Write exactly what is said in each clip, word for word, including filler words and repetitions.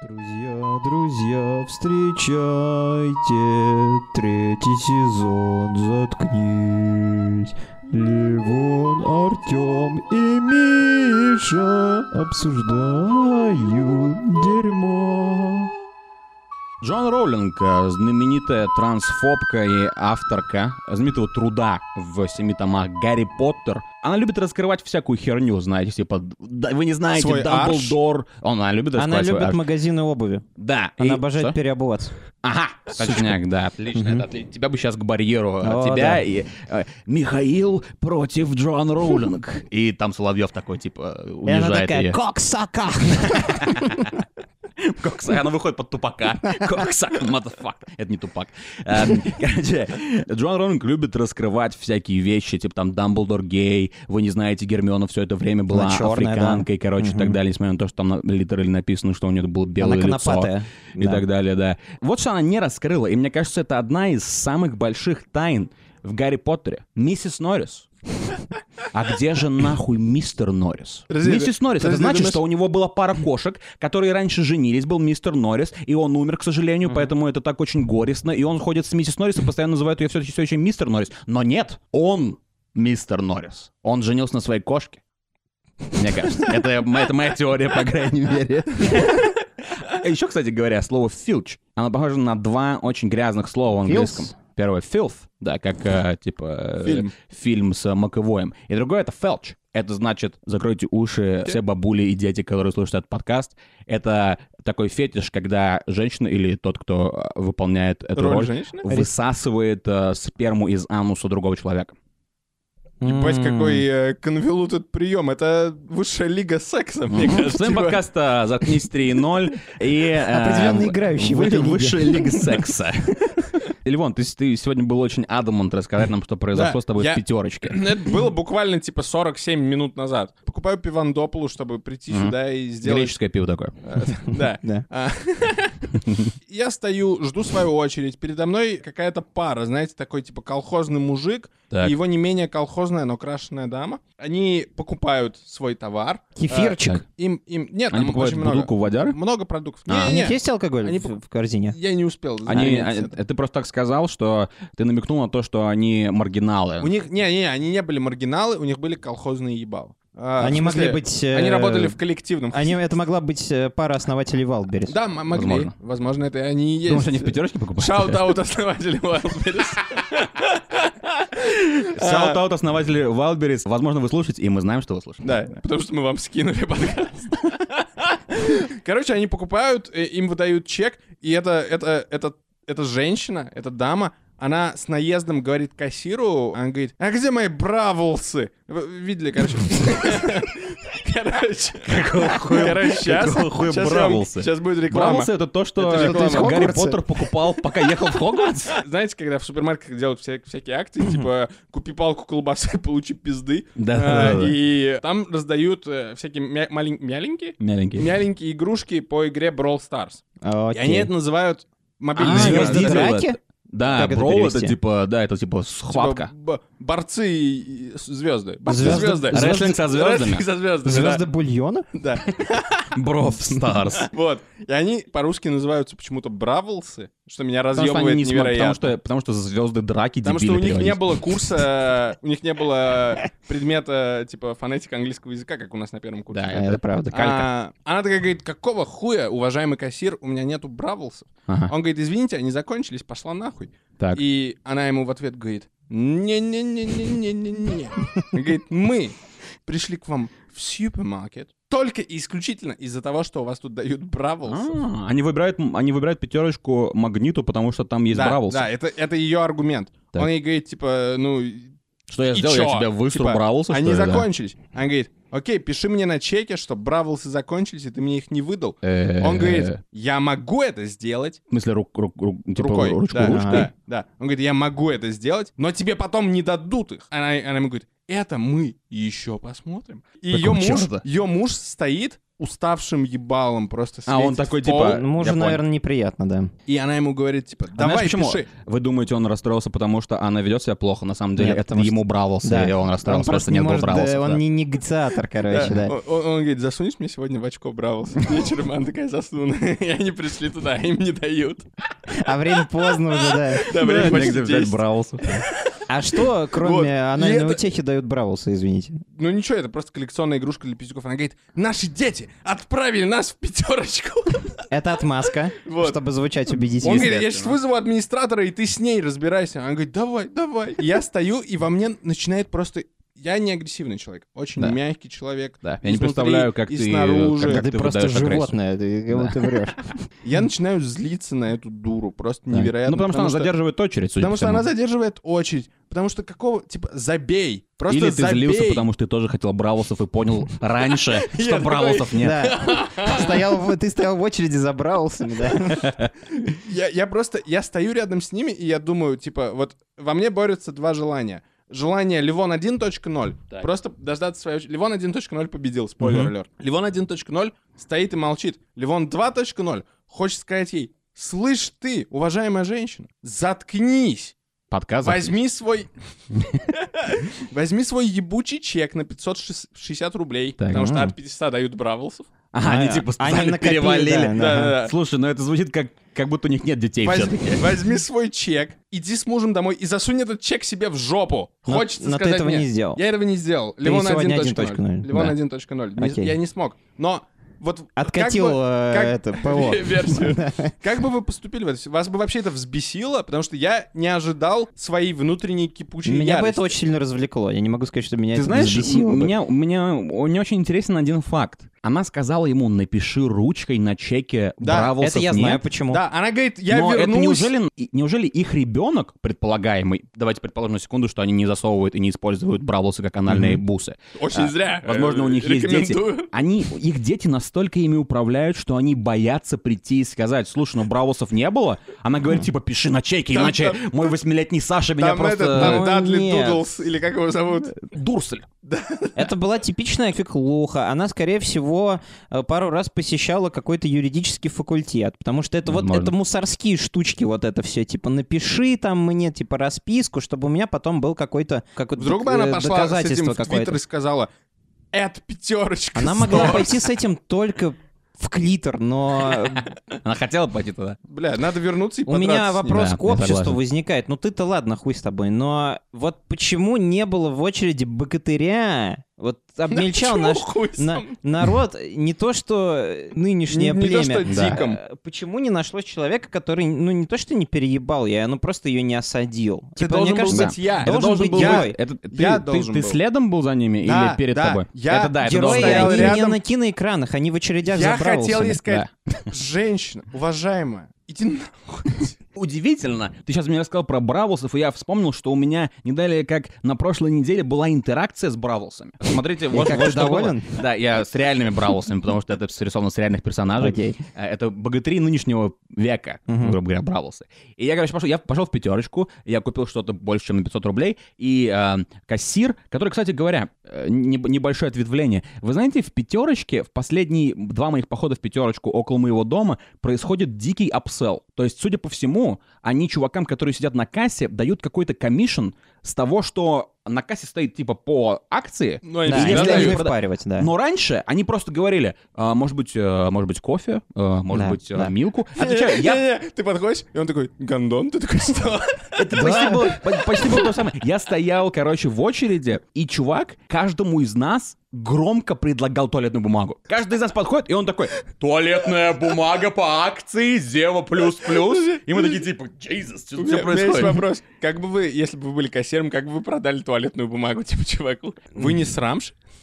Друзья, друзья, встречайте, третий сезон, заткнись. Левон, Артем и Миша обсуждают дерьмо. Джон Роулинг, знаменитая трансфобка и авторка знаменитого труда в семи томах «Гарри Поттер», она любит раскрывать всякую херню, знаете, типа, вы не знаете, свой Дамблдор. Она любит Она раскрывать свой любит арш. магазины обуви. Да. Она и- обожает Что? переобуваться. Ага, точняк, да, отлично. Мгм. это отли- Тебя бы сейчас к барьеру от О, тебя да. и э, Михаил против Джон Роулинг. И там Соловьев такой, типа, И она унижает такая, ее. коксака. Коксак, она выходит под Тупака. Коксак, motherfucker. Это не Тупак. Эм, Короче, Джон Роулинг любит раскрывать всякие вещи, типа там Дамблдор гей, вы не знаете, Гермиона все это время была Она чёрная, африканкой, да. короче, и так Мгм. далее, несмотря на то, что там на литерали написано, что у нее было белое Она лицо. конопатая. И Да. так далее, да. Вот что она не раскрыла, и мне кажется, это одна из самых больших тайн в Гарри Поттере. Миссис Норрис. А где же нахуй мистер Норрис? Подожди, Миссис Норрис, это подожди, значит, думаешь- что у него была пара кошек, которые раньше женились, был мистер Норрис, и он умер, к сожалению, поэтому это так очень горестно, и он ходит с миссис Норрис и постоянно называет ее все, все еще мистер Норрис. Но нет, он мистер Норрис. Он женился на своей кошке. Мне кажется. Это, это моя теория, по крайней мере. Еще, кстати говоря, слово «филч», оно похоже на два очень грязных слова в английском. Filth? Первое — filth, да, как э, типа э, Фильм. фильм с Маковоем. И другое — это felch. Это значит, закройте уши, все бабули и дети, которые слушают этот подкаст. Это такой фетиш, когда женщина или тот, кто э, выполняет эту Роль роль, женщины? высасывает э, сперму из ануса другого человека. Ебать, М. какой э, конволютед прием. Это высшая лига секса, мне С кажется. вами типа. подкаст э, «Заткнись три ноль» и... э, Определенно играющий в вы- этой лиге. Высшая лига секса. Ливон, ты, ты сегодня был очень адамант рассказать нам, что произошло Да, с тобой я- в пятерочке. Это было буквально типа сорок семь минут назад. Покупаю пивандополу, чтобы прийти Мгм. сюда и сделать... Греческое пиво такое. Э, Да. Да. А, Я стою, жду свою очередь. Передо мной какая-то пара, знаете, такой типа колхозный мужик Так. и его не менее колхозная, но крашеная дама. Они покупают свой товар. Кефирчик. Так. Им, им... Нет, Они там покупают очень много. бутылку водяры? Много продуктов. А. У Не-не-не, них есть алкоголь Они в, пок- в корзине? я не успел. Они, заметить они- это. ты просто так сказал, что ты намекнул на то, что они маргиналы. У них, не-не, они не были маргиналы, у них были колхозные ебалы. А, Они в смысле, могли быть... э, Они работали в коллективном. Они, это могла быть э, пара основателей Валберис. Да, м- могли. Возможно. Возможно, это они и есть. Думаешь, они в пятерочке покупают? Шаут-аут основателей Wildberries. Шаут-аут основатели Wildberries. Возможно, вы слушаете, и мы знаем, что вы слушаете. Да, потому что мы вам скинули подкаст. Короче, они покупают, э, им выдают чек, и это, это, это, это женщина, эта дама, она с наездом говорит кассиру, она говорит, а где мои бравлсы? Вы видели, короче? Короче, короче, сейчас, какого хуя сейчас, бравлсы? сейчас будет реклама. Бравлсы — это то, что Это реклама. Гарри Хогвартса? Поттер покупал, пока ехал в Хогвартс. Знаете, когда в супермаркетах делают вся- всякие акции, типа «купи палку колбасы, получи пизды», Да, а, да, да. и там раздают э, всякие мя- малень- мяленькие, Мяленький. мяленькие игрушки по игре Brawl Stars. И Окей. они это называют мобильные А, игры. звезды я видел драки? это. Да, Как это Броул это перевести? типа, да, это типа Типа схватка. б- борцы и с- звезды. Борцы Звезды- звезды. звезды- Рестлинг со звездами. Рестлинг со звездами, Звезды бульона? да. Бров Старс. Вот. И они по-русски называются почему-то бравлсы, что меня Потому что, разъебывает они не см- невероятно. потому, что, потому что звезды драки Потому что дебили у них не переводить. было курса, у них не было предмета типа фонетика английского языка, как у нас на первом курсе. Да, Это правда. А, она такая говорит, какого хуя, уважаемый кассир, у меня нету бравлсов. Ага, Он говорит, извините, они закончились, пошла нахуй. так. И она ему в ответ говорит, не-не-не-не-не-не-не. Говорит, мы пришли к вам в супермаркет только и исключительно из-за того, что у вас тут дают бравлсов. А, они выбирают, они выбирают пятерочку Магниту, потому что там есть Да, Бравлсы. да, это, это ее аргумент. Так. Он ей говорит, типа, ну, Что я и сделал? Я чё? тебя высру Типа, Бравлсы, что они ли, да? закончились. Она говорит, окей, пиши мне на чеке, что бравлсы закончились, и ты мне их не выдал. Э, Он говорит, я могу это сделать. В смысле, рук, рук, рук- типа Рукой. ручку, да, ручкой? да, да. Он говорит, я могу это сделать, но тебе потом не дадут их. Она, она ему говорит, это мы еще посмотрим. И ее Какого муж, чёрта? ее муж стоит уставшим ебалом, просто А, он светит такой, в пол, типа, Ну, мужу, я понял. наверное, неприятно, да. и она ему говорит, типа, А знаешь давай, почему? пиши. Вы думаете, он расстроился, потому что она ведет себя плохо? На самом деле, Нет, это потому что- ему бравился, Да. и он расстроился, Он потому что нет было может, да, бравлсов. он да. не негациатор, короче, да. Он, он- он говорит, засунешь мне сегодня в очко Бравлс? Вечером она такая, засуну. И они пришли туда, им не дают. А время поздно уже, да. Да, время почти Негде взять десять. бравлсов. А что, кроме Вот. анальной И это- утехи, дают Бравлсы, извините? Ну ничего, это просто коллекционная игрушка для пиздюков. Она говорит, наши дети отправили нас в пятерочку. Это отмазка, Вот. чтобы звучать Он убедительно. говорит, я сейчас вызову администратора, и ты с ней разбирайся. Она говорит, давай, давай. И я стою, и во мне начинает просто... Я не агрессивный человек, очень Да. мягкий человек. Да, я не изнутри представляю, как и ты- снаружи. как Ты ты просто выдаешь агрессию. животное, ты кого ты врешь. Я начинаю злиться на эту дуру, просто Да. невероятно. Ну, потому что она задерживает очередь, судя Потому по что всему. она задерживает очередь. Потому что какого, типа, забей. Просто Или ты забей. злился, потому что ты тоже хотел бравлсов и понял раньше, Я что такой, бравлсов нет. Да. Стоял, в- ты стоял в очереди за Бравлсами, да. Я, я просто, я стою рядом с ними, и я думаю, типа, вот во мне борются два желания. Желание Ливон один точка ноль. Так. Просто дождаться своей очереди. Ливон один точка ноль победил, спойлер Мгм. алерт. Ливон один точка ноль стоит и молчит. Ливон два точка ноль хочет сказать ей, слышь ты, уважаемая женщина, заткнись. Подкаст. Возьми свой... Возьми свой ебучий чек на пятьсот шестьдесят рублей, Так. потому что М. от пятисот дают бравлсов. А, они А, типа они специально накопили, перевалили. да, да. Да-да-да. Слушай, ну это звучит как, как будто у них нет детей Возь- все-таки. Возьми свой чек, иди с мужем домой и засунь этот чек себе в жопу. Но- Хочется но ты сказать этого мне. не сделал. Я этого не сделал. Ты Ливон сегодня один точка ноль. один точка ноль. Ливон Да. один точка ноль. Не- Окей. Я не смог. Но вот Откатил как бы, э, как- это ПО. версию. Как бы вы поступили в это? Вас бы вообще это взбесило, потому что я не ожидал своей внутренней кипучей Меня бы ярости. это очень сильно развлекло. Я не могу сказать, что меня Ты это знаешь, взбесило бы. меня, меня не очень интересен один факт. Она сказала ему, напиши ручкой на чеке Да, бравлсов Это я нет. знаю, почему. Да, она говорит, я Но вернусь. это неужели, неужели их ребенок, предполагаемый, давайте предположим на секунду, что они не засовывают и не используют бравлсы как анальные бусы. Очень А, зря. Возможно, у них Э, есть дети. рекомендую. Они, их дети настолько ими управляют, что они боятся прийти и сказать, слушай, ну бравлсов не было. Она говорит, типа, пиши на чеке, Там- иначе там- мой восьмилетний Саша меня Там просто... этот, там Ну, Дадли нет. Дудлс, или как его зовут? Дурсль. Это была типичная фиклуха. Она, скорее всего, э, пару раз посещала какой-то юридический факультет, потому что это вот Возможно. это мусорские штучки, вот это все. Типа, напиши там мне, типа, расписку, чтобы у меня потом был какой-то какое-то Вдруг бы она э, пошла с этим доказательство в Твиттер какое-то. и сказала, это пятерочка. Она могла сто». пойти с этим только в клитор, но Она хотела пойти туда. Бля, надо вернуться и у меня подраться с ним. вопрос Да, к я обществу согласен. возникает. Ну ты-то ладно, хуй с тобой, но вот почему не было в очереди богатыря? Вот обмельчал Почему наш хуй с на- тобой? народ, не то что нынешнее Не- не то, племя. что Да. диком. Э, Почему не нашлось человека, который, ну не то что не переебал я, ну просто ее не осадил? Ты Типа, должен мне был кажется, быть я. Это должен быть был герой. быть- это- ты, Я ты- должен ты был. следом был за ними Да, или перед да, тобой? я- это да, это герои, должен стоял был. они рядом. не на киноэкранах, они в очередях Я за хотел Браусами. ей сказать, женщина, уважаемая, иди нахуй. Удивительно. Ты сейчас мне рассказал про Бравлсов, и я вспомнил, что у меня не далее, как на прошлой неделе была интеракция с Бравлсами. Смотрите, вот, как, вот ты что было. доволен? Да, я с реальными Бравлсами, потому что это срисовано с реальных персонажей. Окей. Э, Это богатыри нынешнего века, Мгм. грубо говоря, Бравлсы. И я, короче, пошел, я пошел в пятерочку, я купил что-то больше, чем на пятьсот рублей, и э, кассир, который, кстати говоря, э, не- небольшое ответвление. Вы знаете, в пятерочке, в последние два моих похода в пятерочку около моего дома происходит дикий апсел. То есть, судя по всему, они чувакам, которые сидят на кассе, дают какой-то комиссион с того, что на кассе стоит типа по акции. Ну, они Да, всегда если дают. они дают. прода- впаривать, да. Но раньше они просто говорили, а, может быть, э, может быть кофе, э, может Да, быть э, да. милку. Отвечаю, я Не-не-не, ты подходишь, и он такой, гондон, ты такой, что? Это почти было, по- почти было то же самое. Я стоял, короче, в очереди, и чувак каждому из нас громко предлагал туалетную бумагу. Каждый из нас подходит, и он такой, туалетная бумага по акции, Зева плюс-плюс. И мы такие, типа, Jesus, что У меня что у меня есть происходит? вопрос. Как бы вы, если бы вы были кассиром, как бы вы продали туалетную бумагу, типа, чуваку? Вы не срамш?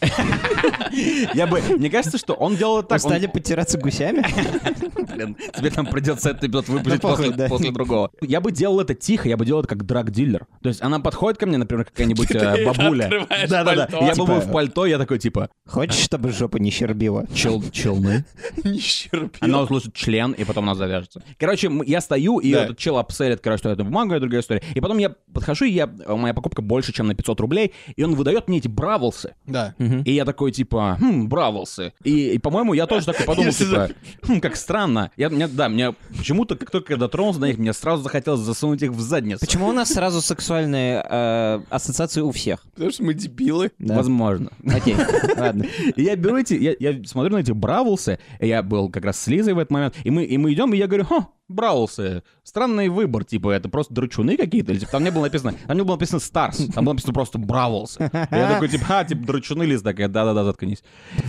Я бы... Мне кажется, что он делал это так. Устали подтираться гусями? Блин, тебе там придется этот эпизод выпустить Ну, похуй, после, да. после другого. Я бы делал это тихо, я бы делал это как драг-дилер. То есть она подходит ко мне, например, какая-нибудь э, бабуля. открываешь Да-да-да. пальто. Я бы был Типа- в пальто, я такой, типа, Хочешь, чтобы жопа не щербила? чел, челны. Не щербил. Она услышит член, и потом она завяжется. Короче, м- я стою, и Да. этот чел апселит, короче, что это бумага, и другая история. И потом я подхожу, и я, моя покупка больше, чем на пятьсот рублей, и он выдает мне эти бравлсы. Да. И я такой, типа, хм, бравлсы. И, и, по-моему, я тоже такой подумал, Если типа, хм, как странно. Я, мне, да, мне почему-то, как только я дотронулся до них, мне сразу захотелось засунуть их в задницу. Почему у нас сразу сексуальные э, ассоциации у всех? Потому что мы дебилы. Да. Возможно. Окей, ладно. И я беру эти, я, я смотрю на эти бравлсы, и я был как раз с Лизой в этот момент, и мы, и мы идем, и я говорю, ха, бравлсы, странный выбор, типа, это просто драчуны какие-то, или типа, там не было написано, там не было написано Старс, там было написано просто бравлсы. И я такой, типа, а, типа, драчуны, Лиза такая, да-да-да, заткнись.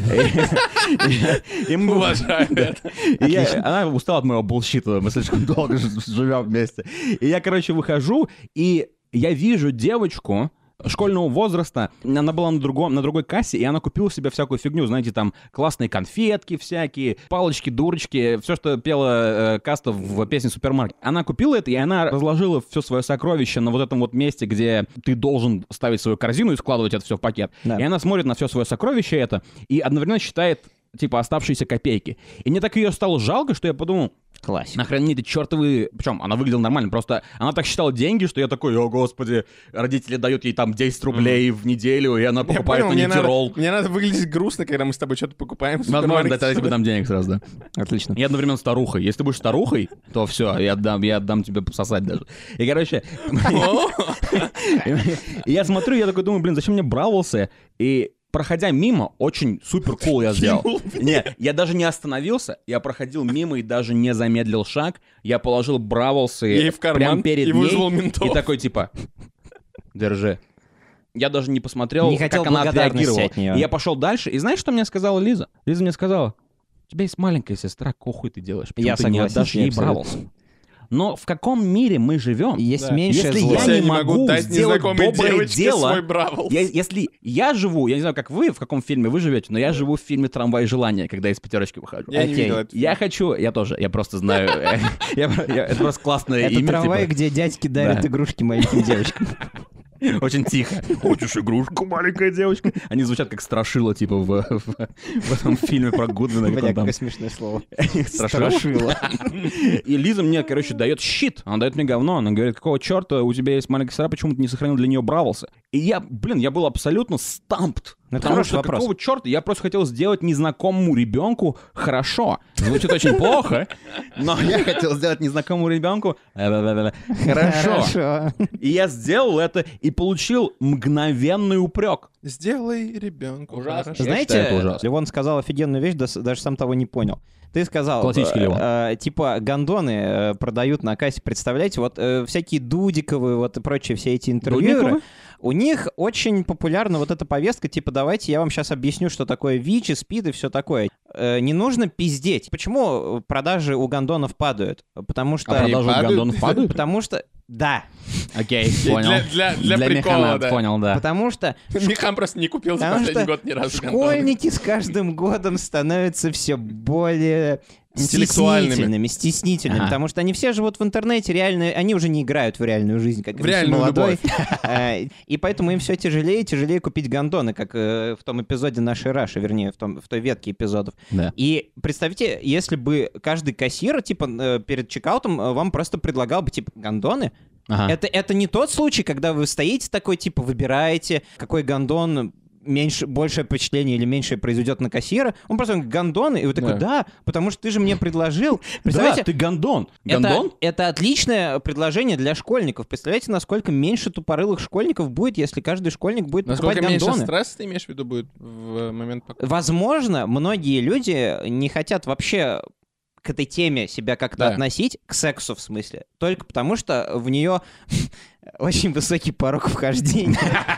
И мы- Уважаю это. И я- она устала от моего булщита, мы слишком долго ж- живем вместе. И я, короче, выхожу, и я вижу девочку школьного возраста, она была на, другом, на другой кассе, и она купила себе всякую фигню, знаете, там классные конфетки всякие, палочки, дурочки, все, что пела э, каста в песне «Супермаркет». Она купила это, и она разложила все свое сокровище на вот этом вот месте, где ты должен ставить свою корзину и складывать это все в пакет. Да. И она смотрит на все свое сокровище это, и одновременно считает типа оставшиеся копейки. И мне так ее стало жалко, что я подумал, Классика. нахрен мне эти чертовы... Причем она выглядела нормально, просто она так считала деньги, что я такой, о господи, родители дают ей там десять рублей в неделю, и она Я покупает понял, на мне Нитирол. надо, мне надо выглядеть грустно, когда мы с тобой что-то покупаем в Возможно, супермаркете. дать тебе дам денег сразу, да. Отлично. Я одновременно старухой. Если ты будешь старухой, то все, я отдам, я отдам тебе пососать даже. И, короче, О, и я смотрю, я такой думаю, блин, зачем мне бравлсы? И проходя мимо, очень супер кул я сделал. Кинул. Не, я даже не остановился, я проходил мимо и даже не замедлил шаг. Я положил бравлсы Ей в карман прямо перед и ней. вызвал ментов. И такой типа, держи. Я даже не посмотрел, Не хотел как она благодарности отреагировала. от неё. И я пошел дальше. И знаешь, что мне сказала Лиза? Лиза мне сказала, у тебя есть маленькая сестра, кохуй ты делаешь? Почему Я ты не согласен, отдашь я ей абсолютно. бравлсы? Но в каком мире мы живем? Есть Да. меньшее Если зло. я я не не могу могу дать сделать незнакомой доброе девочке дело, свой бравл. Я- если я живу, я не знаю, как вы, в каком фильме вы живете, но я живу в фильме «Трамвай желания», когда из пятерочки выхожу. Я не Окей. видел это. Я хочу, я тоже, я просто знаю, я- я- это просто классное Это имя, трамвай, типа. где дядьки дарят Да. игрушки маленьким девочкам. Очень тихо. Хочешь игрушку, маленькая девочка? Они звучат как страшила, типа, в, в, в этом фильме про Гудвина. как Бля, он там. какое смешное слово. Страшила? Страшила. И Лиза мне, короче, дает щит. Она дает мне говно. Она говорит, какого черта у тебя есть маленькая сестра, почему ты не сохранил для нее бравлсы? И я, блин, я был абсолютно стампт. Ну, это Потому хороший что вопрос. какого черта? Я просто хотел сделать незнакомому ребенку хорошо. Звучит очень плохо, но я хотел сделать незнакомому ребенку хорошо. Хорошо. И я сделал это и получил мгновенный упрек. Сделай ребенку. Ужасно. хорошо. Я считаю, это Знаете, ужасно. Левон сказал офигенную вещь, да- даже сам того не понял. Ты сказал, Классический э, Левон. э, типа гондоны э, продают на кассе, представляете, вот э, всякие Дудиковы, вот и прочие все эти интервьюеры, Дудниковы? у них очень популярна вот эта повестка, типа, давайте я вам сейчас объясню, что такое ВИЧ, СПИД и все такое. Э, не нужно пиздеть. Почему продажи у гондонов падают? Потому что... А продажи падают? гондонов падают? Потому что... Да. Окей, Для- понял. для- для прикола, механа, да. понял, да. Потому что Михан просто не купил за Потому последний что год ни разу гондоны. школьники с каждым годом становятся все более Интеллектуальными. стеснительными, стеснительными, Ага. потому что они все живут в интернете, реально, они уже не играют в реальную жизнь, как В говорится, реальную молодой. Э, И поэтому им все тяжелее и тяжелее купить гондоны, как э, в том эпизоде нашей Раши, вернее, в, том, в той ветке эпизодов. Да. И представьте, если бы каждый кассир, типа, э, перед чекаутом э, вам просто предлагал бы, типа, гондоны. Ага. Это, это не тот случай, когда вы стоите такой, типа, выбираете, какой гондон меньше, большее впечатление или меньшее произведет на кассира. Он просто говорит, гондоны, и вы такой, да, потому что ты же мне предложил. Да, Представляете, ты гондон. это, Гондон? это отличное предложение для школьников. Представляете, насколько меньше тупорылых школьников будет, если каждый школьник будет Насколько покупать меньше гондоны. стресса, ты имеешь в виду, будет в момент покупки? Возможно, многие люди не хотят вообще к этой теме себя как-то Да. относить, к сексу в смысле, только потому что в нее очень высокий порог вхождения.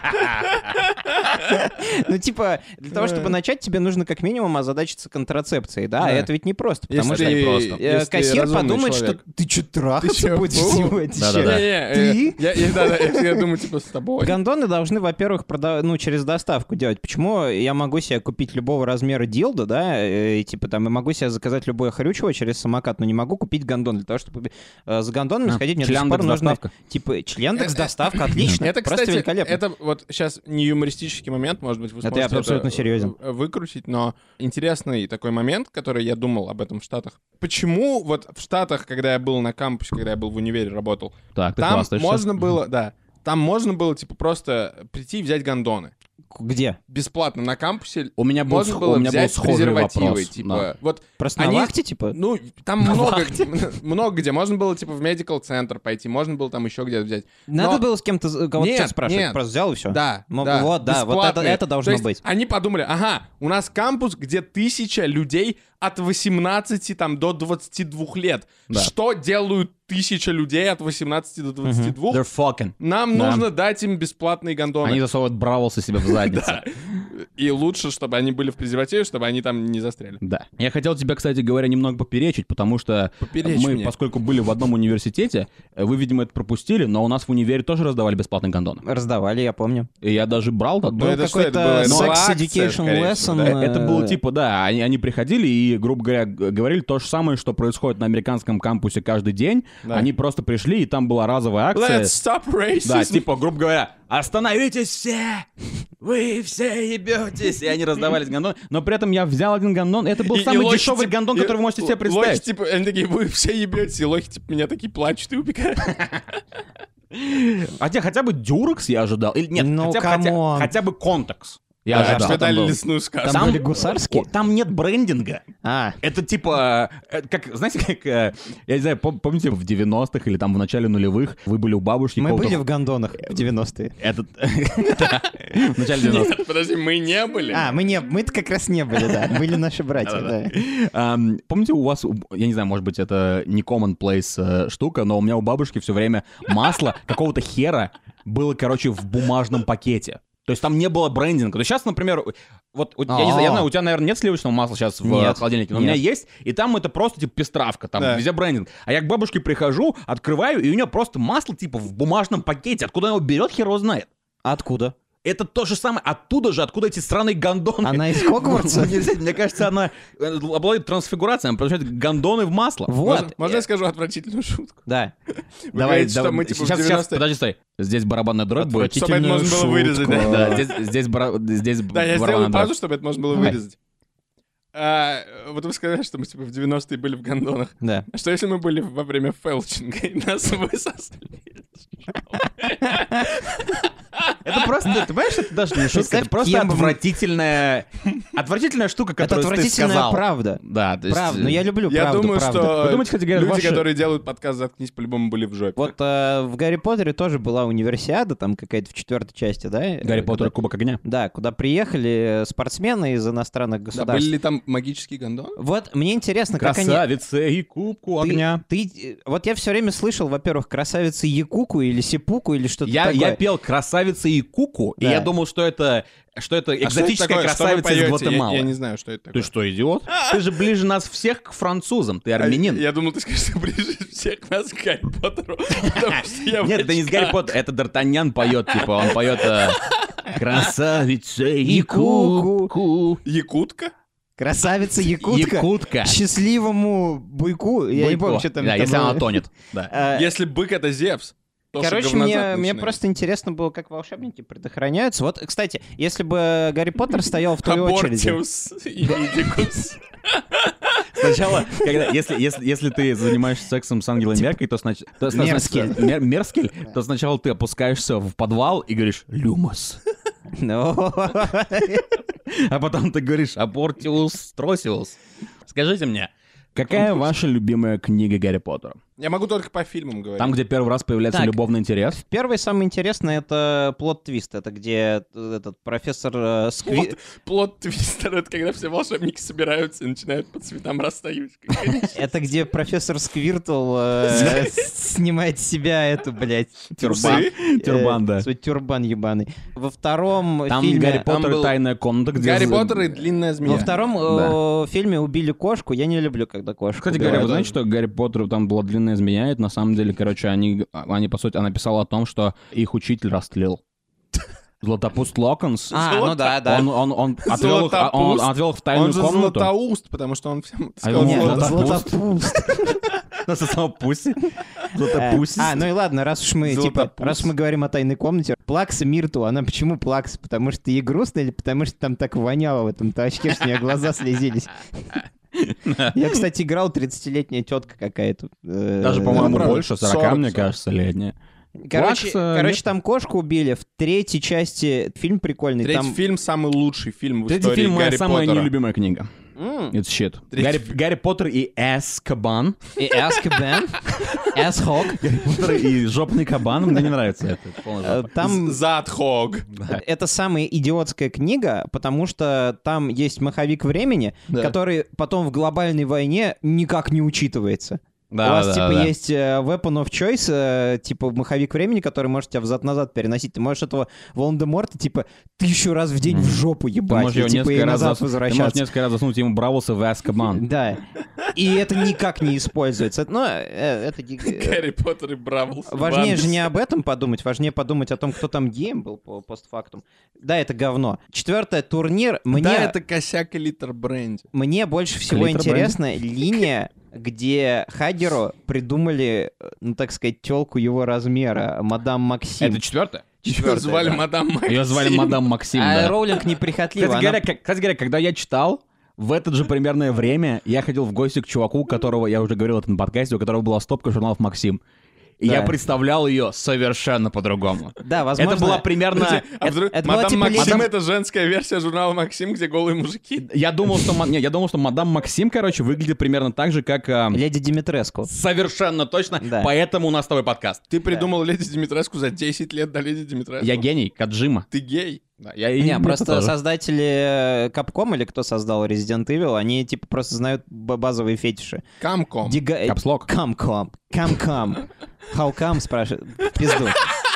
Ну, типа, для того, чтобы начать, тебе нужно как минимум озадачиться контрацепцией, да? А это ведь не просто, потому что кассир подумает, что ты что, трахаться будешь сегодня? Ты? Я думаю, типа, с тобой. Гондоны должны, во-первых, ну, через доставку делать. Почему я могу себе купить любого размера дилдо, да, и, типа, там, я могу себе заказать любое хрючево через самокат, но не могу купить гондон. Для того, чтобы с гондонами сходить, мне до сих пор нужно, типа, члендекс доставка, отлично, это, просто кстати, великолепно. Это вот сейчас не юмористический момент, может быть, вы это сможете я абсолютно это серьезен. выкрутить, но интересный такой момент, который я думал об этом в Штатах. Почему вот в Штатах, когда я был на кампусе, когда я был в универе, работал, так, там можно было, да, там можно было, типа, просто прийти и взять гондоны. Где? Бесплатно на кампусе. У меня был, можно было у меня взять был схожий презервативы, вопрос. типа, Да. вот просто они, на вахте, типа? Ну, там много, много где. Можно было, типа, в медикал-центр пойти, можно было там еще где-то взять. Надо Но... было с кем-то кого-то нет, спрашивать, нет. просто взял и все. Да, ну, да, вот, да, вот это, это должно То есть быть. Они подумали, ага, у нас кампус, где тысяча людей от восемнадцати там, до двадцати двух лет. Да. Что делают тысяча людей от восемнадцати до двадцати двух? They're fucking. Нам Да. нужно дать им бесплатные гондоны. Они засовывают бравлсы себе в задницу. Да. И лучше, чтобы они были в презервативе, чтобы они там не застряли. Да. Я хотел тебя, кстати говоря, немного поперечить, потому что Поперечь мы, мне. поскольку были в одном университете, вы, видимо, это пропустили, но у нас в универе тоже раздавали бесплатные гондоны. Раздавали, я помню. И я даже брал. Ну, Был это что, это было? какой-то Это была sex акция, education скорее lesson. всего, да? э, Это было типа, да, они, они приходили и, грубо говоря, г- говорили то же самое, что происходит на американском кампусе каждый день. Да. Они просто пришли, и там была разовая акция. Let's stop racism. Да, типа, грубо говоря, остановитесь все! Вы все ебетесь! И они раздавались гондоны. Но при этом я взял один гондон, и это был И- и самый лохи, дешевый типа, гондон, и который вы можете себе лохи, представить. типа, они такие, вы все ебетесь, и лохи, типа, меня такие плачут и убегают. Хотя хотя бы дюрекс я ожидал. Или нет, Ну, хотя, бы- хотя, камон. хотя бы контекс. Я А ожидал. что дали был? лесную сказку. Там были гусарские? о, там нет брендинга. А, Это типа, э, как, знаете, как, э, я не знаю, пом- помните, в девяностых или там в начале нулевых вы были у бабушки мы какого-то- были в гондонах в девяностые. Этот... Да, в начале девяностых. Нет, подожди, мы не были. А, мы не, мы-то как раз не были, да. Были наши братья, да. Ам, Помните, у вас, у- я не знаю, может быть, это не commonplace э, штука, но у меня у бабушки все время масло какого-то хера было, короче, в бумажном пакете. То есть там не было брендинга. То есть сейчас, например, вот у- я не знаю, я знаю, у тебя, наверное, нет сливочного масла сейчас в Нет, э, холодильнике, но у меня нет. есть, и там это просто типа пестравка, там Да. везде брендинг. А я к бабушке прихожу, открываю, и у нее просто масло типа в бумажном пакете. Откуда она его берет, хер его знает. Откуда? Это то же самое. Оттуда же, откуда эти странные гондоны. Она из Хогвартса? Нельзя, мне кажется, она э, обладает трансфигурацией, она превращает гондоны в масло. Можно, Вот. можно я скажу отвратительную шутку? Да. Вы Давай, говорите, что давай. мы, типа, в сейчас, сейчас, девяностые подожди, стой. Здесь барабанная дробь будет. Чтобы это можно было вырезать, да? Да, здесь, здесь, бара- здесь Да, я барабанная сделаю паузу, дробь. чтобы это можно было Давай. вырезать. А, вот вы сказали, что мы типа в девяностые были в гондонах. Да. А что если мы были во время фелчинга и нас высосали? Это просто, ты понимаешь, это даже не шутка, Представь, это просто кем бы мы- отвратительная, отвратительная штука, Это которую ты отвратительная сказал. правда. Да, то есть... Правда. Но я люблю Я правду, думаю, правда. что Вы думаете, кстати говоря, люди, ваши- которые делают подкаст «Заткнись», по-любому были в жопе. Вот э, в Гарри Поттере тоже была универсиада, там какая-то в четвертой части, да? Гарри Э, Поттер и куда- Кубок огня. Да, куда приехали спортсмены из иностранных Да, государств. были ли там магические гондоны? Вот мне интересно, как они... Красавица и кубку Ты- огня. Ты, э, вот я все время слышал, во-первых, красавица Якуку или Сипуку или что-то Я, такое. я пел «Красавица и куку», и Да. я думал, что это, что это А что это экзотическая такое? Что вы красавица из поете? Гватемалы. Я, я не знаю, что это такое. Ты что, идиот? Ты же ближе нас всех к французам, ты А, армянин. Я думал, ты скажешь, что ближе всех нас к Гарри Поттеру. Потому что я в Нет, это не с очках. Гарри Поттер, это Д'Артаньян поет, типа, он поет э, «Красавица и куку». Якутка? Красавица Якутка. Якутка. Счастливому буйку. Я не Буйко. помню, что там. Да, там если было. она тонет. Да. А, Если бык — это Зевс, то что Короче, говнозад мне, мне начинается. просто интересно было, как волшебники предохраняются. Вот, кстати, если бы Гарри Поттер стоял в той очереди... Абортиус и Идикус. Сначала, когда, если, если, если ты занимаешься сексом с Ангелой Меркель, то, снач... то сна- Мерскель. Мер- Мерскель, то сначала ты опускаешься в подвал и говоришь «Люмос». Ну, А потом ты говоришь «Абортиус тросиус». Скажите мне, какая ваша любимая книга Гарри Поттера? Я могу только по фильмам говорить. Там, где первый раз появляется Так. любовный интерес. Первый самый интересный — это плот-твист. Это где этот профессор э, Скви... Плот-твистер — это когда все волшебники собираются и начинают по цветам расстаюсь. Это где профессор Сквиртл э, снимает с себя эту, блядь, Тюрбан. э, Тюрбан, да. свой тюрбан ебаный. Во втором Там фильме... Гарри Поттер был и тайная комната, где... Гарри за- Поттер и длинная змея. Во втором э, фильме убили кошку. Я не люблю, когда кошку Кстати убивают. говоря, вы знаете, что Гарри Поттеру там была длинная змея? Это на самом деле, короче, они, они по сути, она писала о том, что их учитель растлил. Златопуст Локонс. А, ну да, да. Он, он, он, отвел их, а, он Златопуст? отвел их в тайную Он же комнату. Златоуст, потому что он всем А его Нет, Златопуст. Златопуст. На самом пусть. Э, Златопуст. А, ну и ладно, раз уж мы, типа, Златопуст. раз мы говорим о тайной комнате, Плакса Мирту, она почему Плакса? Потому что ей грустно или потому что там так воняло в этом очке, что у нее глаза слезились? Я, кстати, играл тридцатилетняя тетка какая-то. э, Даже, по-моему, правда. больше, сорок, сорок, мне сорок. кажется, летняя. Короче, Плакса, короче, нет? там кошку убили. В третьей части фильм прикольный. Третий Там... фильм самый лучший фильм в Третий истории фильм — моя Гарри самая Поттера. нелюбимая книга. М, It's shit. Третий Гарри, фильм. Гарри Поттер и Эскобан. И Эскобан. Эсхок. Гарри Поттер и жопный кабан. Мне не нравится это. это полная Э, жопа. Там Задхог. это самая идиотская книга, потому что там есть маховик времени, Да. который потом в глобальной войне никак не учитывается. Да, У вас, да, типа, да. есть э, weapon of choice, э, типа, маховик времени, который может тебя взад-назад переносить. Ты можешь этого Волан-де-Морта, типа, тысячу раз в день в жопу Ты ебать, можешь и, его типа, и несколько раз, назад зас- ты можешь возвращаться. несколько раз заснуть ему Бравоса в Эскобан. Да. И это никак не используется. Но э, это... ди- э, Гарри Поттер и Бравлс. Важнее же не об этом подумать, важнее подумать о том, кто там геем был по постфактум. Да, это говно. Четвертое, турнир. Мне, Да, это косяк и литр бренди. мне больше всего Клитор интересна линия, где Хагеру придумали, э, ну, так сказать, телку его размера, мадам Максим. Это четвертое? Ее Четвертое, звали да. мадам Максим. Ее звали мадам Максим, А да. Роулинг неприхотлива. Кстати она- говоря, как- кстати говоря, когда я читал, в это же примерное время я ходил в гости к чуваку, которого, я уже говорил это на подкасте, у которого была стопка журналов «Максим». И Да. я представлял ее совершенно по-другому. Да, возможно... Это была примерно... Подожди, а это- вдруг это была мадам типа Максим леди- — это женская версия журнала «Максим», где голые мужики? Я думал, что, ма- не, я думал, что мадам Максим, короче, выглядит примерно так же, как... а, Леди Димитреску. Совершенно точно. Да. Поэтому у нас с тобой подкаст. Ты придумал Леди Димитреску за десять лет до Леди Димитреску? Я гений, Каджима. Ты гей? Да, я и Не, это просто тоже. создатели Capcom или кто создал Resident Evil, они типа просто знают б- базовые фетиши. Камком. Дига... Капслок. Камком. Камком. How come, спрашивает. В пизду.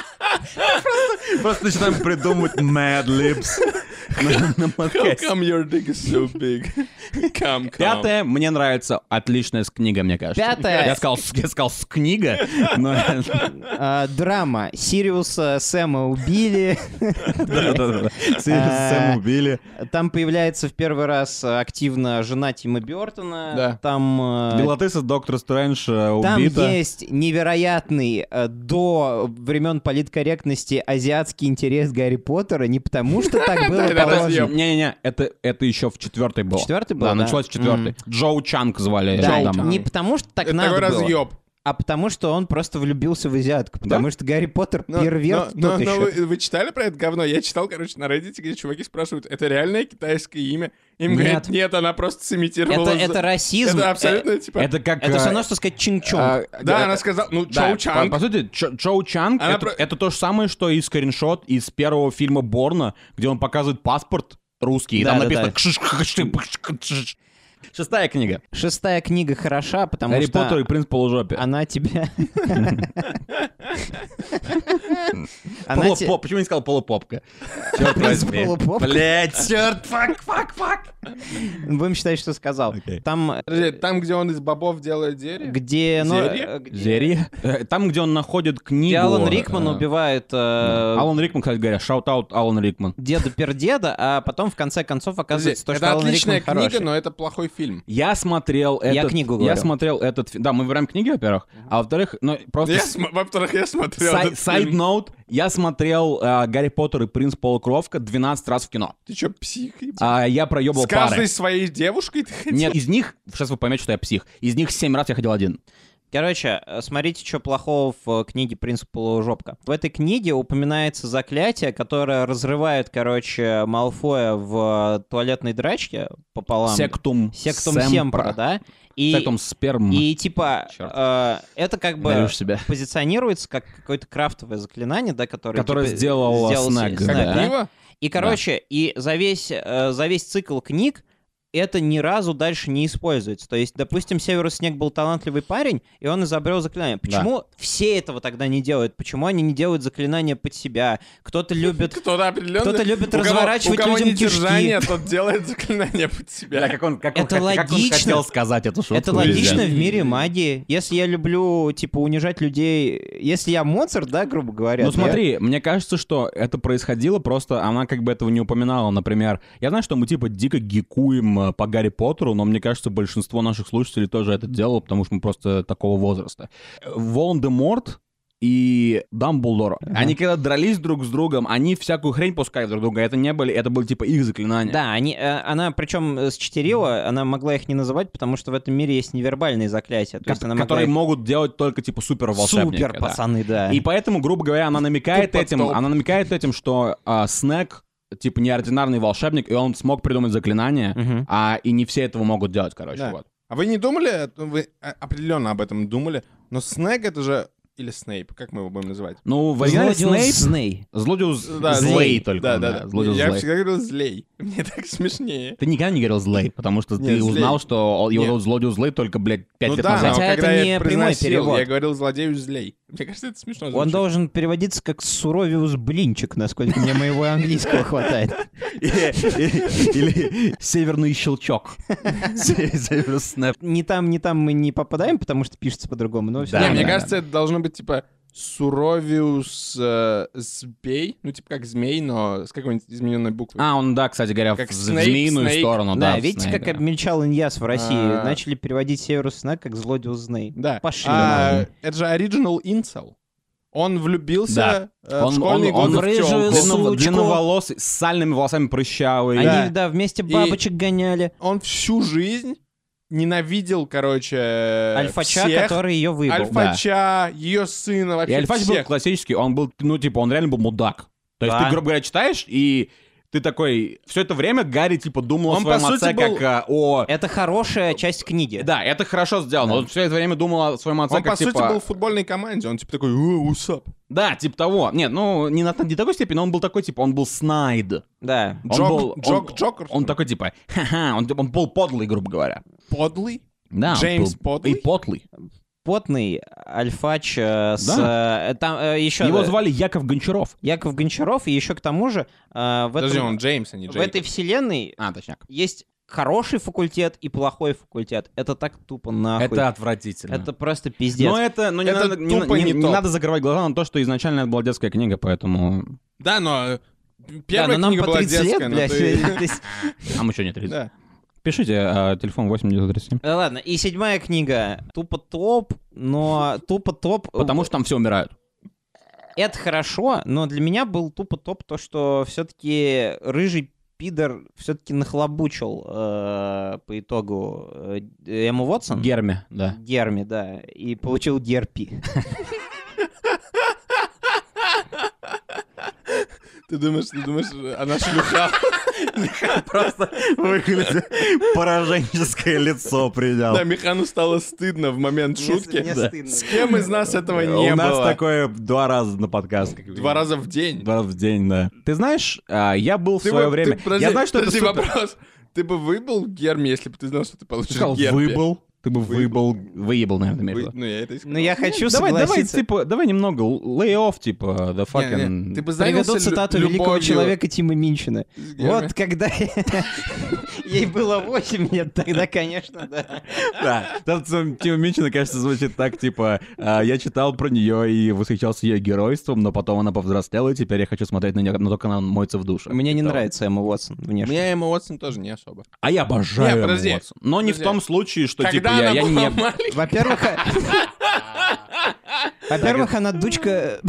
Просто начинаем придумывать Mad Libs на, на How подкасте. come your dick is so big? Камком. Пятое, мне нравится, отличная с книга, мне кажется. Пятое. Я сказал, с- я сказал с книга, но... А, драма. Сириуса Сэма убили. Да-да-да. А, Сэм убили. Там появляется в первый раз активно жена Тима Бёртона. Да. Там... э, Белатыса Доктор Стрэндж э, Там убита. есть невероятный э, до времен политкорректности азиатский интерес Гарри Поттера, не потому что так было Да, это положено. разъем. Не-не-не, это, это еще в четвертой было. Четвертый был, Да, да? началось в четвертой. Джоу Чанг звали. Да, даму. не потому что так Это надо такой было, разъеб. а потому что он просто влюбился в азиатку, потому что Гарри Поттер Но- перверт но- тот но- но еще. вы, вы читали про это говно? Я читал, короче, на Reddit, где чуваки спрашивают, это реальное китайское имя? Им Нет. говорят, нет, она просто сымитировала... Это, за- это расизм. Это э, абсолютно, типа... Это как... Это э, все равно, что сказать Чин-Чонг. а, Да, э, она сказала, ну, Да, Чоу Чанг. По, по сути, Чо- Чоу Чанг Она это, про- это то же самое, что и скриншот из первого фильма Борна, где он показывает паспорт русский, и Да, там да, написано да. «Кшиш-кшиш-кшиш-кшиш». Шестая книга. Шестая книга хороша, потому Гарри что Поттер и принц полужопи. она тебя... Она Полупоп. те- Почему не сказал полупопка? Черт Принц возьми. полупопка? Блять, черт, фак, фак, фак. Будем считать, что сказал. Окей. Там, э, Подожди, там, где он из бобов делает зелье? где... ну, Зелье? э, где- Зерье. Э, Там, где он находит книгу... Где Алан Рикман э, убивает э, Алан Рикман, кстати говоря, шаут-аут Алан Рикман. деда пердеда, а потом в конце концов Подожди, оказывается то, это что Алан отличная Рикман книга, хороший. но это плохой фильм. Я смотрел Я этот... книгу Я говорю. смотрел этот... фи- Да, мы выбираем книги, во-первых, а во-вторых, ну, просто... Я с- см- Во-вторых, я смотрел сай- этот фильм. Сайд-ноут, я смотрел э, «Гарри Поттер и принц полукровка» двенадцать раз в кино. Ты чё, псих? ебать? А я проебал С каждой пары. своей девушкой ты хотел? Нет, из них, сейчас вы поймете, что я псих, из них семь раз я ходил один. Короче, смотрите, что плохого в книге «Принцип полужопка». В этой книге упоминается заклятие, которое разрывает, короче, Малфоя в туалетной драчке пополам. Сектум Сектум Семпра. Семпра, да? И, Сектум Сперм. и типа, Чёрт. э, это как бы Даешь себя. позиционируется как какое-то крафтовое заклинание, да, которое... Которое типа, сделал сделал Снэг, Снэг, да. Как да? пиво? И, короче, и за весь, э, за весь цикл книг это ни разу дальше не используется. То есть, допустим, Северус Снег был талантливый парень, и он изобрел заклинание. Почему все этого тогда не делают? Почему они не делают заклинания под себя? Кто-то любит... Кто-то определенно... Кто-то любит у кого- разворачивать у кого людям не держание, кишки. тот делает заклинание под себя. Да, как он, как он, Это хот- как он логично. хотел сказать эту шутку. Это логично ребят. в мире магии. Если я люблю, типа, унижать людей... Если я Моцарт, да, грубо говоря... Ну то я- смотри, мне кажется, что это происходило, просто она как бы этого не упоминала. Например, я знаю, что мы типа дико гикуем э, по Гарри Поттеру, но мне кажется, большинство наших слушателей тоже это делало, потому что мы просто такого возраста. Волан-де-Морт и Дамблдор, Ага. они когда дрались друг с другом, они всякую хрень пускали друг друга. Это не были, это были типа их заклинания. Да, они, э, она, причем считерила, она могла их не называть, потому что в этом мире есть невербальные заклятия. То Ко- есть она могла которые их- могут делать только типа супер волшебники. Супер, да. пацаны, да. И поэтому, грубо говоря, она намекает Тупо этим, топ. она намекает этим, что а, Снег типа неординарный волшебник, и он смог придумать заклинание, Мгм. а и не все этого могут делать, короче, Да. вот. А вы не думали, вы а, определенно об этом думали, но Снег это же... Или Снейп, как мы его будем называть? Ну, в оригинале Злодиус Снейп, Сней. Злодиус Да, злей злей. только. Да, он, да, да. Злодиус Я злей. всегда говорил злей. Мне так смешнее. Ты никогда не говорил злей, потому что Не, ты злей. узнал, что его Не. зовут Злодиус злей только, блядь, пять Ну лет да, назад. но Хотя когда это я не это прямой произносил, перевод. я говорил злодею злей. Мне кажется, это смешно Он звучит. должен переводиться как Суровиус Блинчик, насколько мне моего английского хватает. Или северный щелчок. Северус Снэп. Не там, не там мы не попадаем, потому что пишется по-другому, но все Да, Не, равно. мне да, кажется, это должно быть типа Суровиус э, Збей, ну типа как змей, но с какой-нибудь измененной буквой. А, он, да, кстати говоря, Как в Снейп, змеиную Снейк. сторону, Да, да. в видите, Снейк, как да. обмельчал Иньяс в России. А. Начали переводить Северус Снег как Злодиус Зней. Да. Пошли. А, это же оригинал инцел. Он влюбился Да. э, в Он, школьные он, он годы в рыжую тёлку. су- длинно- сучку. длинноволосый, с сальными волосами прыщавый. Они, Да. да, вместе И- бабочек гоняли. Он всю жизнь ненавидел, короче, Альфача, всех. который ее выбил. Альфача, ее сына, вообще И Альфач был всех. классический, он был, ну, типа, он реально был мудак. То есть Да. ты, грубо говоря, читаешь, и ты такой... Все это время Гарри, типа, думал о Он, своем по сути, отце был- как а, о... Это хорошая часть книги. Да, это хорошо сделано. Да. Он все это время думал о своем отце Он, как, по сути, типа... был в футбольной команде. Он, типа, такой, «О, what's up?» Да, типа того. Нет, ну, не на не такой степени, но он был такой, типа, он был снайд. Да. Он Джок- был... Джок- он, Джокер, что он ли? такой, типа, ха-ха, он, он был подлый, грубо говоря. Подлый? Да, он Джеймс был- Подлый? И подлый. Потный Альфач э, с... э, там э, еще... Его звали Яков Гончаров. Яков Гончаров, и еще к тому же э, в, Подожди, этом- он Джеймс, а не в Джейк. этой вселенной А, точняк. есть хороший факультет и плохой факультет. Это так тупо нахуй. Это отвратительно. Это просто пиздец. Но это, ну, не, Это надо, не, тупо не- не не топ. надо закрывать глаза на то, что изначально это была детская книга, поэтому... Да, но э, Да, первая но нам книга по была тридцать детская, лет, но блядь. ты- то есть- А мы что, не тридцать? Да. Пишите, а, телефон восемь девятьсот тридцать семь. Э, Ладно, и седьмая книга. Тупо топ, но тупо топ... Потому что там все умирают. Это хорошо, но для меня был тупо топ то, что все-таки рыжий пидор все-таки нахлобучил э, по итогу э, Эмму Уотсон. Герми, да. Герми, да, и получил герпи. Ты думаешь, ты думаешь, она шлюха? Просто выглядит пораженческое лицо принял. Да, Михану стало стыдно в момент шутки. Мне Да. стыдно. С кем из нас этого не У нас было? такое два раза на подкаст. как Два раза в день. Два раза в день, да. Ты знаешь, а, я был в Ты свое бы- время... ты- подожди, Я знаю, что это подожди, супер... вопрос. Ты бы выбыл Герми, если бы ты знал, что ты Ты получишь сказал, Герпи? выбыл. Ты бы выбыл... Выебал, наверное, имеешь в Вы- виду. Ну, я это и сказал. Ну, я хочу Давай, давай, согласиться. типа, давай немного lay off, типа, the Не, fucking... не, Ты бы занялся Приведу лю- цитату великого любовью человека Тима Минчина. с Герми? Вот когда ей было восемь лет, тогда, конечно, да. Да, там м, Тима Минчина, кажется, звучит так, типа, а, я читал про нее и восхищался ее геройством, но потом она повзрослела, и теперь я хочу смотреть на нее, но только она моется в душе. Мне не Типа. нравится Эмма Уотсон внешне. Мне Эмма Уотсон тоже не особо. А я обожаю Не, Эмму подожди, Уотсон. Но не в подожди. том случае, что, Когда типа, я, она я была не... маленькая, Во-первых, а- во-первых, она дочка...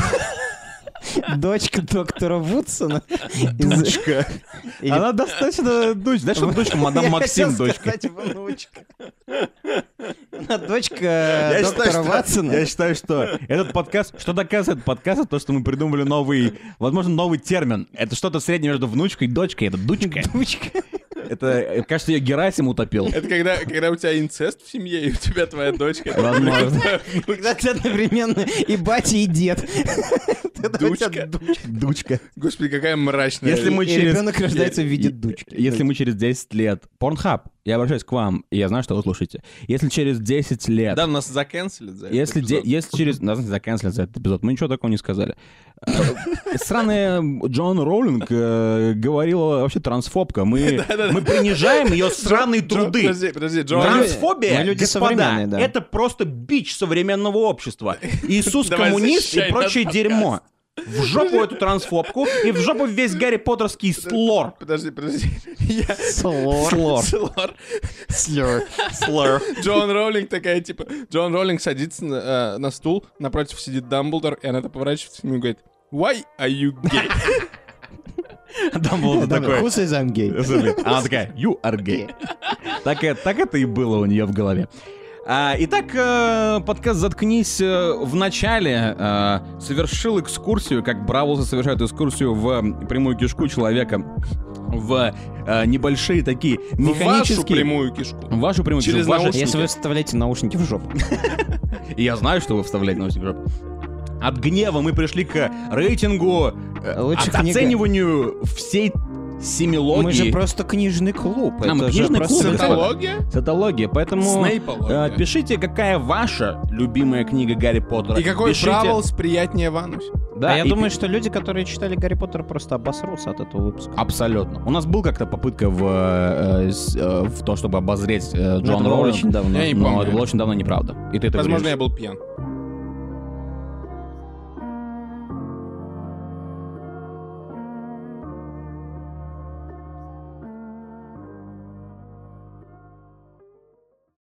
Дочка доктора Вудсона. Из- Дочка. Или- Она достаточно дочь. Знаешь, что дочка, мадам Я Максим хотел дочка. сказать, внучка. Она дочка Я доктора считаю, что, Ватсона. я считаю, что этот подкаст, что доказывает подкаст, это то, что мы придумали новый, возможно, новый термин. Это что-то среднее между внучкой и дочкой. Это дучка. Дочка. Это, кажется, я Герасим утопил. Это когда, когда у тебя инцест в семье, и у тебя твоя дочка. Возможно. Когда тебя одновременно и батя, и дед. Дучка. Дучка. Господи, какая мрачная. Если мы И через... ребенок рождается в виде Е- дучки. Если мы через десять лет... Порнхаб, я обращаюсь к вам, и я знаю, что вы слушаете. Если через десять лет... Да, нас заканцелят за это. Если, де- если через... Нас заканцелят за этот эпизод. Мы ничего такого не сказали. Э, Сраная Джон Роулинг э, говорила вообще трансфобка. Мы, мы принижаем ее сраные труды. Подожди, подожди, Джон... Трансфобия, Мы люди господа, современные, да. это просто бич современного общества. Иисус Давай, коммунист и защищай прочее наш дерьмо. В жопу эту трансфобку и в жопу весь Гарри Поттерский слор. Подожди, подожди. Я... Слор. Слор. Слор. Слор. Слор. Джон Роулинг такая, типа... Джон Роулинг садится на, э, на стул, напротив сидит Дамблдор, и она так поворачивается к нему и говорит: Why are you gay? Дамблдор такой. Who says I'm gay? Она такая, you are gay. Так, э- так это и было у нее в голове. А, итак, э, подкаст «Заткнись» э, в начале э, совершил экскурсию, как Браузы совершают экскурсию в прямую кишку человека, в э, небольшие такие В вашу механические... прямую кишку. В вашу прямую Через кишку. в ваши- наушники. Если вы вставляете наушники в жопу. И я знаю, что вы вставляете наушники в жопу. От гнева мы пришли к рейтингу, э, Лучше от- книга. оцениванию всей семилогии. Мы же просто книжный клуб. А, мы Это же книжный просто- клуб. Сатология? Сатология, поэтому Снейпология. э, пишите, какая ваша любимая книга Гарри Поттера. И какой Пишите- Бравлс приятнее Ванусь? Да, а я и- думаю, что люди, которые читали Гарри Поттера, просто обосрутся от этого выпуска. Абсолютно. У нас был как-то попытка в, э, с- э, в то, чтобы обозреть э, Ну, это Джон было Роулинг, очень давно. Я не но помню. это было очень давно неправда. И ты это Возможно, вырежешь. я был пьян.